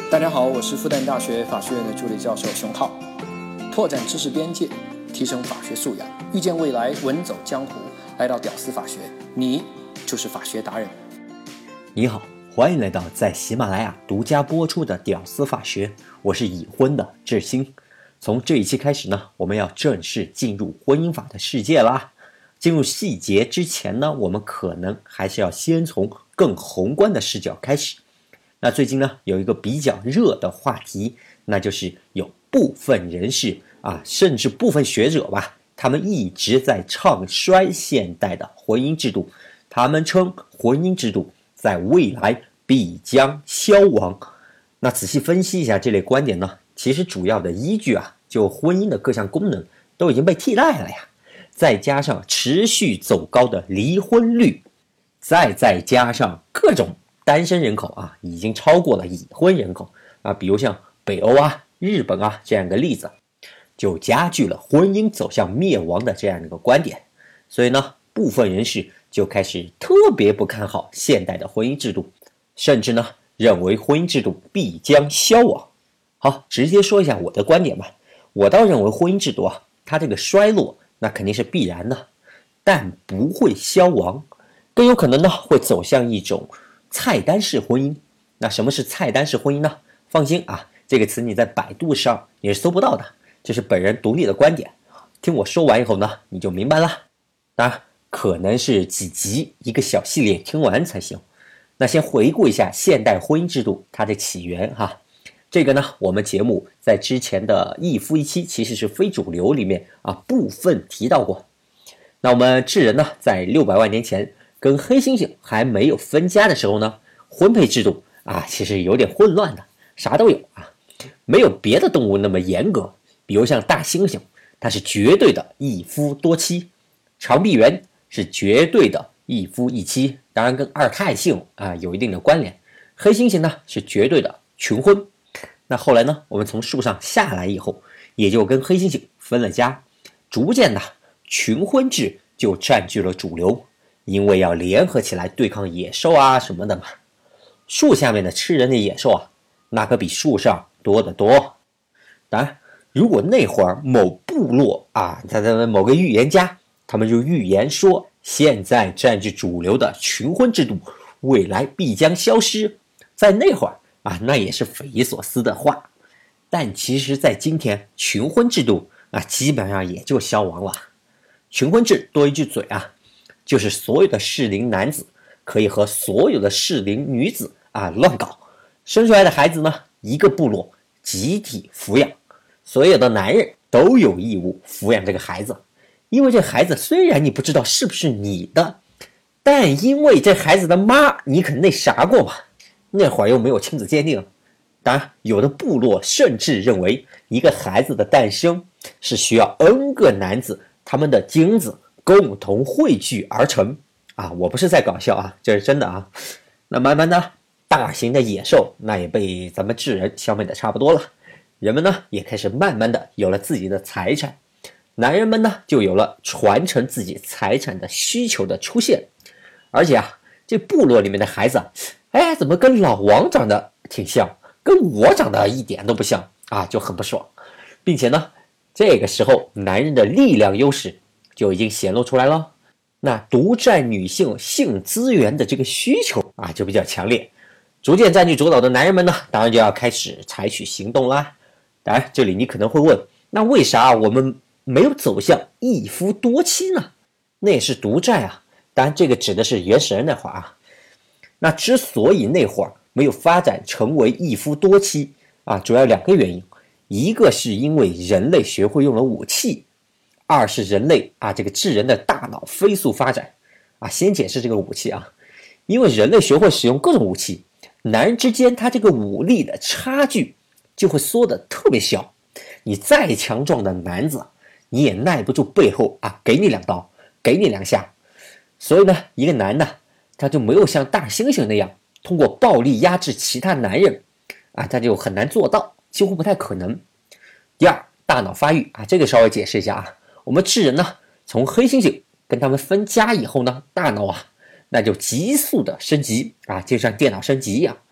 大家好，我是复旦大学法学院的助理教授熊浩。拓展知识边界，提升法学素养，遇见未来，稳走江湖。来到屌丝法学，你就是法学达人。 你好，欢迎来到在喜马拉雅独家播出的屌丝法学，我是已婚的志兴。从这一期开始呢，我们要正式进入婚姻法的世界啦。进入细节之前呢，我们可能还是要先从更宏观的视角开始。那最近呢，有一个比较热的话题，那就是有部分人士甚至部分学者吧，他们一直在唱衰现代的婚姻制度，他们称婚姻制度在未来必将消亡。那仔细分析一下这类观点呢，其实主要的依据就婚姻的各项功能都已经被替代了呀，再加上持续走高的离婚率，再加上各种单身人口已经超过了已婚人口比如像北欧日本这样一个例子，就加剧了婚姻走向灭亡的这样一个观点。所以呢，部分人士就开始特别不看好现代的婚姻制度，甚至呢认为婚姻制度必将消亡。好，直接说一下我的观点吧。我倒认为婚姻制度它这个衰落那肯定是必然的，但不会消亡，更有可能呢会走向一种菜单式婚姻。那什么是菜单式婚姻呢？放心这个词你在百度上也是搜不到的，这是本人独立的观点。听我说完以后呢，你就明白了。当然可能是几集一个小系列听完才行。那先回顾一下现代婚姻制度它的起源这个呢，我们节目在之前的一夫一妻其实是非主流里面部分提到过。那我们智人呢，在600万年前跟黑猩猩还没有分家的时候呢，婚配制度其实有点混乱的，啥都有没有别的动物那么严格。比如像大猩猩，它是绝对的一夫多妻，长臂猿是绝对的一夫一妻，当然跟二态性有一定的关联。黑猩猩呢是绝对的群婚。那后来呢，我们从树上下来以后，也就跟黑猩猩分了家，逐渐的群婚制就占据了主流，因为要联合起来对抗野兽什么的嘛。树下面的吃人的野兽那可比树上多得多。当然如果那会儿某部落他的某个预言家，他们就预言说现在占据主流的群婚制度未来必将消失，在那会儿那也是匪夷所思的话。但其实在今天，群婚制度基本上也就消亡了。群婚制多一句嘴就是所有的适龄男子可以和所有的适龄女子乱搞，生出来的孩子呢，一个部落集体抚养，所有的男人都有义务抚养这个孩子。因为这孩子虽然你不知道是不是你的，但因为这孩子的妈你肯那啥过嘛，那会儿又没有亲子鉴定。当然有的部落甚至认为一个孩子的诞生是需要 N 个男子他们的精子共同汇聚而成我不是在搞笑这是真的那慢慢的大型的野兽那也被咱们智人消灭的差不多了，人们呢也开始慢慢的有了自己的财产，男人们呢就有了传承自己财产的需求的出现。而且这部落里面的孩子怎么跟老王长得挺像，跟我长得一点都不像就很不爽。并且呢这个时候男人的力量优势就已经显露出来了，那独占女性性资源的这个需求就比较强烈，逐渐占据主导的男人们呢，当然就要开始采取行动啦。当然这里你可能会问，那为啥我们没有走向一夫多妻呢？那也是独占当然这个指的是原始人那会儿那之所以那会儿没有发展成为一夫多妻主要2个原因。一个是因为人类学会用了武器，二是人类这个智人的大脑飞速发展先解释这个武器因为人类学会使用各种武器，男人之间他这个武力的差距就会缩得特别小。你再强壮的男子你也耐不住背后给你2刀，给你2下。所以呢一个男的他就没有像大猩猩那样通过暴力压制其他男人他就很难做到，几乎不太可能。第二，大脑发育这个稍微解释一下我们智人呢从黑猩猩跟他们分家以后呢，大脑那就急速的升级就像电脑升级一样。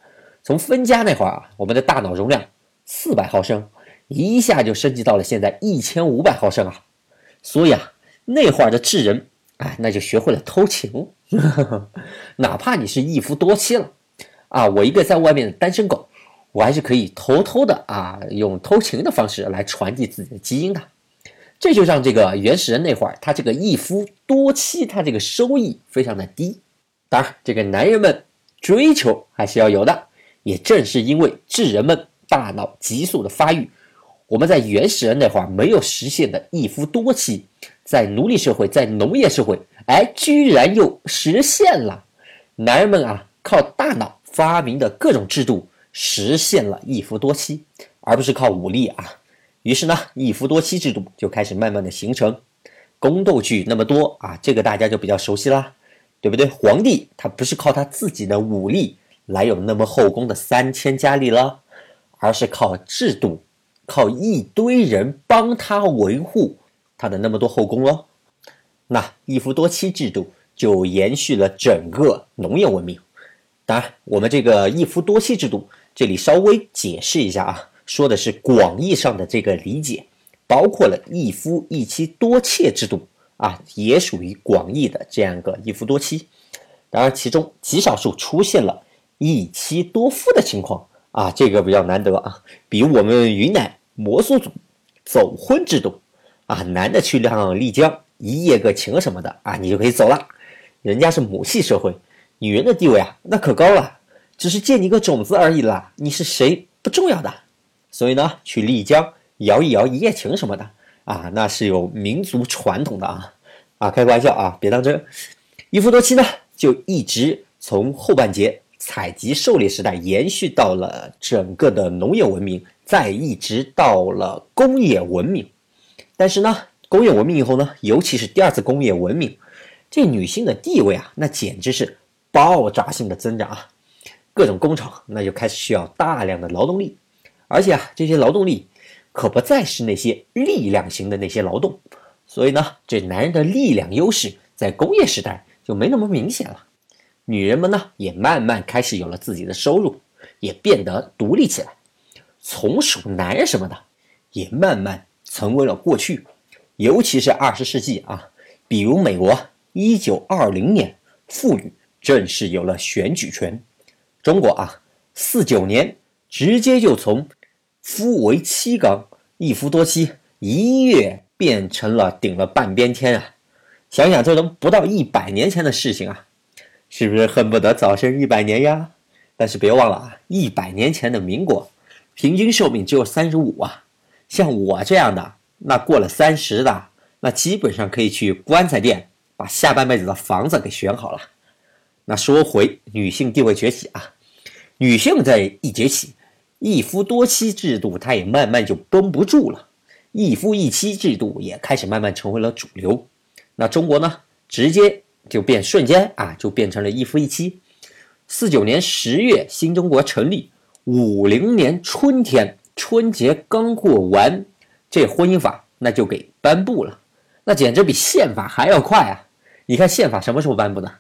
从分家那会儿啊，我们的大脑容量400毫升，一下就升级到了现在1500毫升啊。所以啊，那会儿的智人，那就学会了偷情。哪怕你是一夫多妻了啊，我一个在外面的单身狗，我还是可以偷偷的用偷情的方式来传递自己的基因的。这就让这个原始人那会儿，他这个一夫多妻，他这个收益非常的低。当然，这个男人们追求还是要有的。也正是因为智人们大脑急速的发育，我们在原始人那会儿没有实现的一夫多妻，在奴隶社会，在农业社会，居然又实现了。男人们靠大脑发明的各种制度实现了一夫多妻，而不是靠武力啊。于是呢，一夫多妻制度就开始慢慢的形成。宫斗剧那么多这个大家就比较熟悉啦，对不对？皇帝他不是靠他自己的武力来有那么后宫的3000佳丽了，而是靠制度，靠一堆人帮他维护他的那么多后宫咯。那一夫多妻制度就延续了整个农业文明。当然，我们这个一夫多妻制度这里稍微解释一下说的是广义上的这个理解，包括了一夫一妻多妾制度也属于广义的这样一个一夫多妻。当然，其中极少数出现了一妻多夫的情况这个比较难得比如我们云南摩梭族走婚制度男的去趟丽江一夜个情什么的你就可以走了。人家是母系社会，女人的地位那可高了，只是借你个种子而已啦，你是谁不重要的。所以呢，去丽江摇一摇一夜情什么的那是有民族传统的开个玩笑别当真。一夫多妻呢，就一直从后半截采集狩猎时代延续到了整个的农业文明，再一直到了工业文明。但是呢，工业文明以后呢，尤其是第二次工业文明，这女性的地位那简直是爆炸性的增长各种工厂那就开始需要大量的劳动力，而且这些劳动力可不再是那些力量型的那些劳动，所以呢，这男人的力量优势在工业时代就没那么明显了。女人们呢，也慢慢开始有了自己的收入，也变得独立起来，从属男人什么的也慢慢成为了过去。尤其是20世纪比如美国1920年妇女正式有了选举权，中国49年直接就从夫为妻纲一夫多妻一跃变成了顶了半边天想想这都不到100年前的事情是不是恨不得早生100年呀？但是别忘了100年前的民国平均寿命只有35像我这样的那过了30的那基本上可以去棺材店把下半辈子的房子给选好了。那说回女性地位崛起女性在一崛起，一夫多妻制度它也慢慢就绷不住了，一夫一妻制度也开始慢慢成为了主流。那中国呢，直接就瞬间就变成了一夫一妻。49年10月新中国成立，50年春天春节刚过完，这婚姻法那就给颁布了，那简直比宪法还要快你看宪法什么时候颁布的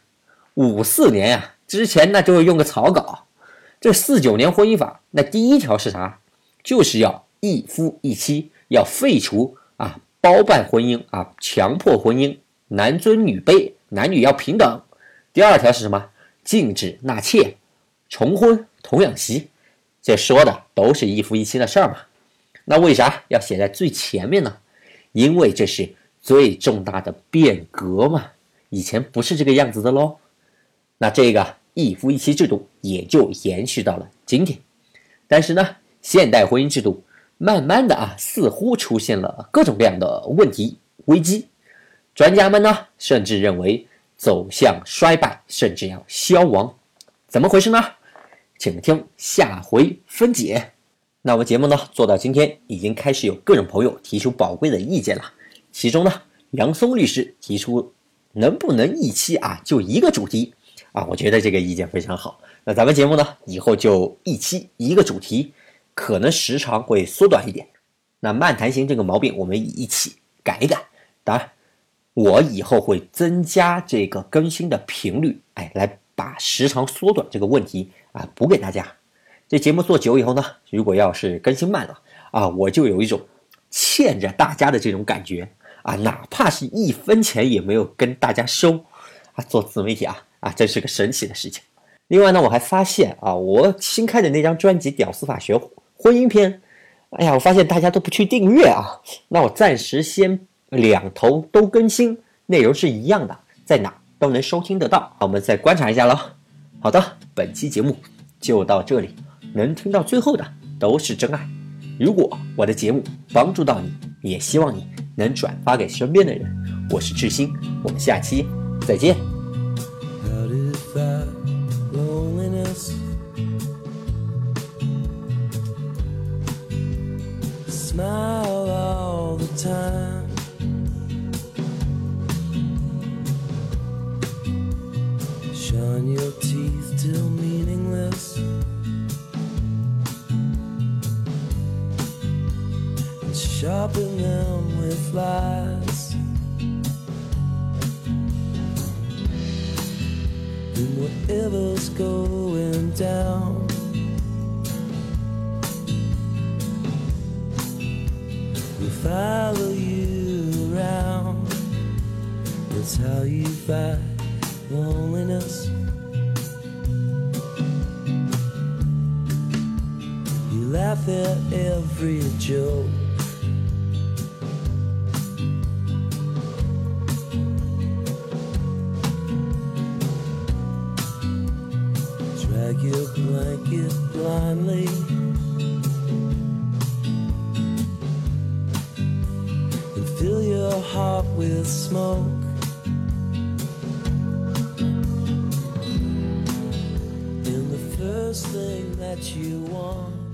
？54年之前那就是用个草稿。这49年婚姻法那第一条是啥？就是要一夫一妻，要废除包办婚姻强迫婚姻，男尊女卑，男女要平等。第二条是什么？禁止纳妾，重婚，童养媳。这说的都是一夫一妻的事儿嘛。那为啥要写在最前面呢？因为这是最重大的变革嘛，以前不是这个样子的咯。那这个一夫一妻制度也就延续到了今天。但是呢，现代婚姻制度慢慢的似乎出现了各种各样的问题危机，专家们呢甚至认为走向衰败，甚至要消亡。怎么回事呢？请听下回分解。那我们节目呢做到今天，已经开始有各种朋友提出宝贵的意见了。其中呢，杨松律师提出能不能一期就一个主题我觉得这个意见非常好。那咱们节目呢以后就一期一个主题，可能时长会缩短一点。那漫谈型这个毛病我们一起改一改。当然我以后会增加这个更新的频率来把时长缩短这个问题补给大家。 这节目做久以后呢，如果要是更新慢了啊，我就有一种欠着大家的这种感觉啊，哪怕是1分钱也没有跟大家收啊，做自媒体啊，真是个神奇的事情。另外呢，我还发现啊，我新开的那张专辑《屌丝法学婚姻篇》，哎呀，我发现大家都不去订阅啊，那我暂时先2头都更新，内容是一样的，在哪都能收听得到，我们再观察一下咯。好的，本期节目就到这里，能听到最后的都是真爱。如果我的节目帮助到你，也希望你能转发给身边的人。我是志新，我们下期再见。 Smile all the time, shine your teeth till meaningless, and sharpen them with lies. And whatever's going down, follow you around. That's how you fight loneliness. You laugh at every joke, drag your blanket blindly, fill your heart with smoke. And the first thing that you want